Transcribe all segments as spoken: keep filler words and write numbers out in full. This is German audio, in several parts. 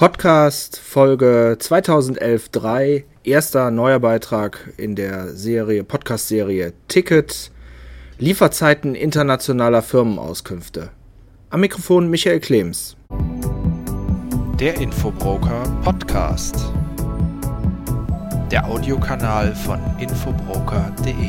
Podcast Folge zweitausendelf drei, erster neuer Beitrag in der Serie Podcast-Serie Ticket, Lieferzeiten internationaler Firmenauskünfte. Am Mikrofon Michael Klems. Der Infobroker Podcast. Der Audiokanal von infobroker punkt de.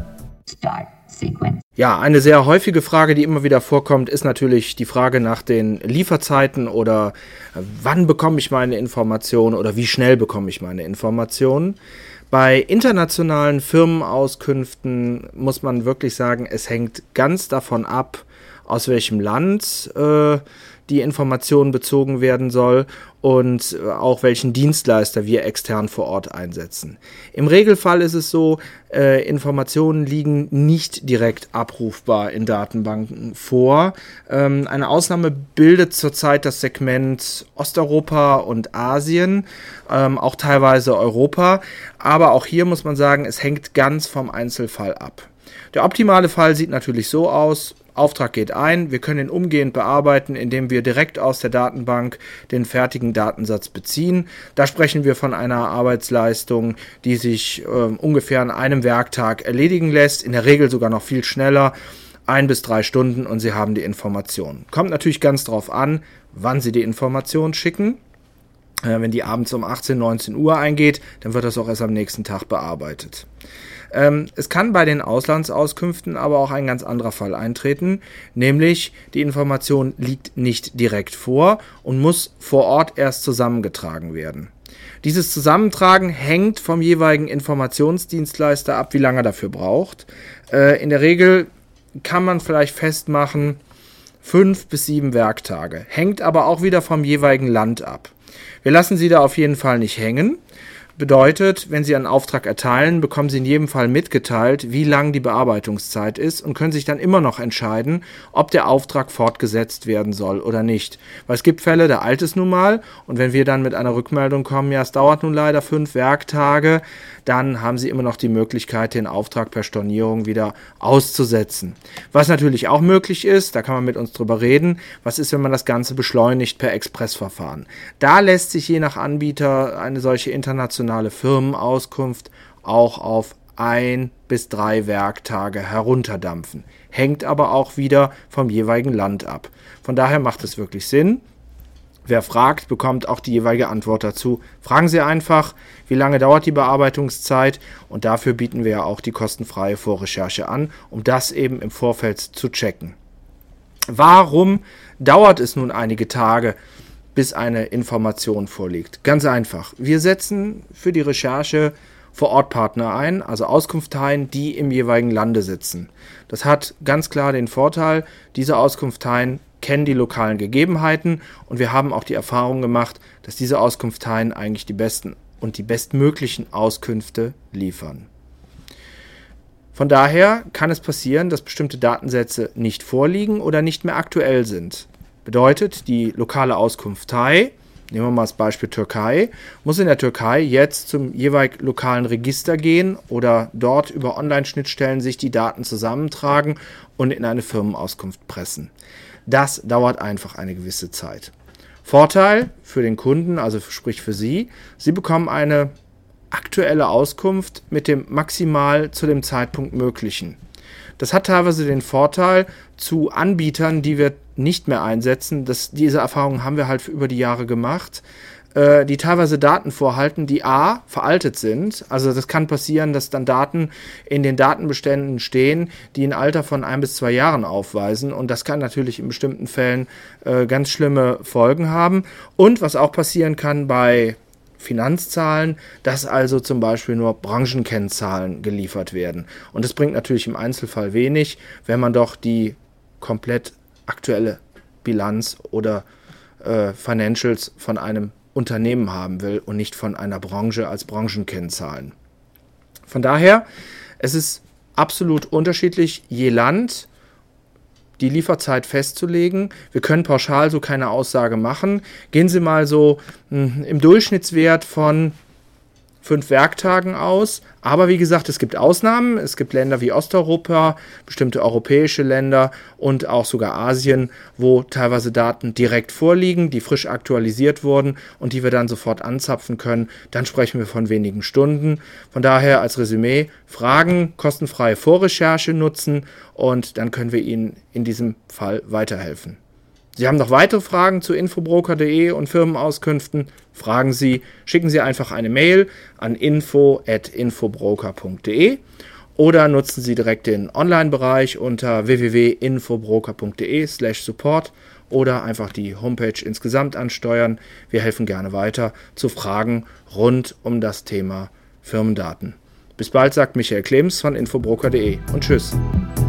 Start Sequence. Ja, eine sehr häufige Frage, die immer wieder vorkommt, ist natürlich die Frage nach den Lieferzeiten oder äh, wann bekomme ich meine Informationen oder wie schnell bekomme ich meine Informationen. Bei internationalen Firmenauskünften muss man wirklich sagen, es hängt ganz davon ab, aus welchem Land äh, die Information bezogen werden soll und auch welchen Dienstleister wir extern vor Ort einsetzen. Im Regelfall ist es so, äh, Informationen liegen nicht direkt abrufbar in Datenbanken vor. Ähm, eine Ausnahme bildet zurzeit das Segment Osteuropa und Asien, ähm, auch teilweise Europa. Aber auch hier muss man sagen, es hängt ganz vom Einzelfall ab. Der optimale Fall sieht natürlich so aus: Auftrag geht ein, wir können ihn umgehend bearbeiten, indem wir direkt aus der Datenbank den fertigen Datensatz beziehen. Da sprechen wir von einer Arbeitsleistung, die sich äh, ungefähr an einem Werktag erledigen lässt, in der Regel sogar noch viel schneller, ein bis drei Stunden, und Sie haben die Information. Kommt natürlich ganz drauf an, wann Sie die Information schicken. Äh, wenn die abends um achtzehn, neunzehn Uhr eingeht, dann wird das auch erst am nächsten Tag bearbeitet. Ähm, es kann bei den Auslandsauskünften aber auch ein ganz anderer Fall eintreten, nämlich die Information liegt nicht direkt vor und muss vor Ort erst zusammengetragen werden. Dieses Zusammentragen hängt vom jeweiligen Informationsdienstleister ab, wie lange er dafür braucht. Äh, in der Regel kann man vielleicht festmachen, fünf bis sieben Werktage, hängt aber auch wieder vom jeweiligen Land ab. Wir lassen Sie da auf jeden Fall nicht hängen. Bedeutet, wenn Sie einen Auftrag erteilen, bekommen Sie in jedem Fall mitgeteilt, wie lang die Bearbeitungszeit ist, und können sich dann immer noch entscheiden, ob der Auftrag fortgesetzt werden soll oder nicht. Weil es gibt Fälle, da eilt es nun mal, und wenn wir dann mit einer Rückmeldung kommen, ja, es dauert nun leider fünf Werktage, dann haben Sie immer noch die Möglichkeit, den Auftrag per Stornierung wieder auszusetzen. Was natürlich auch möglich ist, da kann man mit uns drüber reden, was ist, wenn man das Ganze beschleunigt per Expressverfahren. Da lässt sich je nach Anbieter eine solche internationale Firmenauskunft auch auf ein bis drei Werktage herunterdampfen. Hängt aber auch wieder vom jeweiligen Land ab. Von daher macht es wirklich Sinn. Wer fragt, bekommt auch die jeweilige Antwort dazu. Fragen Sie einfach, wie lange dauert die Bearbeitungszeit, und dafür bieten wir ja auch die kostenfreie Vorrecherche an, um das eben im Vorfeld zu checken. Warum dauert es nun einige Tage, bis eine Information vorliegt? Ganz einfach. Wir setzen für die Recherche Vor-Ort-Partner ein, also Auskunfteien, die im jeweiligen Lande sitzen. Das hat ganz klar den Vorteil, diese Auskunfteien kennen die lokalen Gegebenheiten, und wir haben auch die Erfahrung gemacht, dass diese Auskunfteien eigentlich die besten und die bestmöglichen Auskünfte liefern. Von daher kann es passieren, dass bestimmte Datensätze nicht vorliegen oder nicht mehr aktuell sind. Bedeutet, die lokale Auskunftei, nehmen wir mal das Beispiel Türkei, muss in der Türkei jetzt zum jeweils lokalen Register gehen oder dort über Online-Schnittstellen sich die Daten zusammentragen und in eine Firmenauskunft pressen. Das dauert einfach eine gewisse Zeit. Vorteil für den Kunden, also sprich für Sie, Sie bekommen eine aktuelle Auskunft mit dem maximal zu dem Zeitpunkt Möglichen. Das hat teilweise den Vorteil zu Anbietern, die wir nicht mehr einsetzen. Das, diese Erfahrungen haben wir halt über die Jahre gemacht, äh, die teilweise Daten vorhalten, die a. veraltet sind. Also das kann passieren, dass dann Daten in den Datenbeständen stehen, die ein Alter von ein bis zwei Jahren aufweisen. Und das kann natürlich in bestimmten Fällen äh, ganz schlimme Folgen haben. Und was auch passieren kann bei Finanzzahlen, dass also zum Beispiel nur Branchenkennzahlen geliefert werden. Und das bringt natürlich im Einzelfall wenig, wenn man doch die komplett aktuelle Bilanz oder äh, Financials von einem Unternehmen haben will und nicht von einer Branche als Branchenkennzahlen. Von daher, es ist absolut unterschiedlich, je Land die Lieferzeit festzulegen. Wir können pauschal so keine Aussage machen. Gehen Sie mal so mh, im Durchschnittswert von fünf Werktagen aus. Aber wie gesagt, es gibt Ausnahmen. Es gibt Länder wie Osteuropa, bestimmte europäische Länder und auch sogar Asien, wo teilweise Daten direkt vorliegen, die frisch aktualisiert wurden und die wir dann sofort anzapfen können. Dann sprechen wir von wenigen Stunden. Von daher als Resümee, Fragen, kostenfreie Vorrecherche nutzen und dann können wir Ihnen in diesem Fall weiterhelfen. Sie haben noch weitere Fragen zu infobroker punkt de und Firmenauskünften? Fragen Sie, schicken Sie einfach eine Mail an info at infobroker punkt de oder nutzen Sie direkt den Online-Bereich unter w w w punkt infobroker punkt de slash support oder einfach die Homepage insgesamt ansteuern. Wir helfen gerne weiter zu Fragen rund um das Thema Firmendaten. Bis bald, sagt Michael Clemens von infobroker punkt de und tschüss.